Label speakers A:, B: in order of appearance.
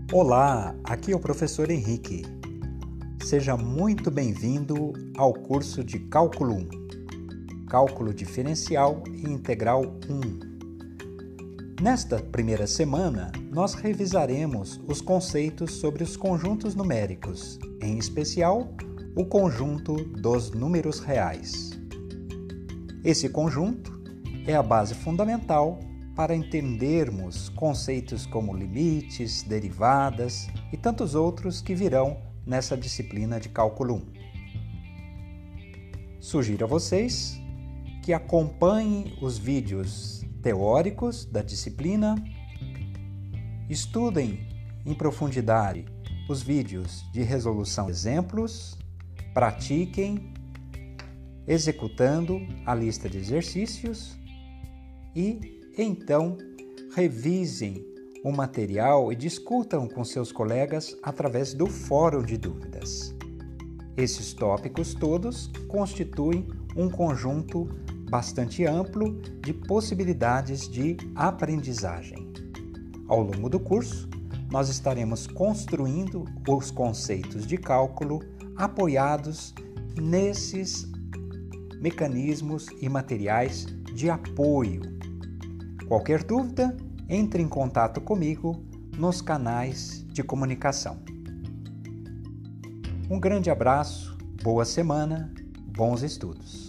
A: Olá, aqui é o professor Henrique. Seja muito bem-vindo ao curso de Cálculo 1, Cálculo Diferencial e Integral 1. Nesta primeira semana, nós revisaremos os conceitos sobre os conjuntos numéricos, em especial, o conjunto dos números reais. Esse conjunto é a base fundamental para entendermos conceitos como limites, derivadas e tantos outros que virão nessa disciplina de Cálculo 1. Sugiro a vocês que acompanhem os vídeos teóricos da disciplina, estudem em profundidade os vídeos de resolução de exemplos, pratiquem executando a lista de exercícios e então, revisem o material e discutam com seus colegas através do fórum de dúvidas. Esses tópicos todos constituem um conjunto bastante amplo de possibilidades de aprendizagem. Ao longo do curso, nós estaremos construindo os conceitos de cálculo apoiados nesses mecanismos e materiais de apoio. Qualquer dúvida, entre em contato comigo nos canais de comunicação. Um grande abraço, boa semana, bons estudos!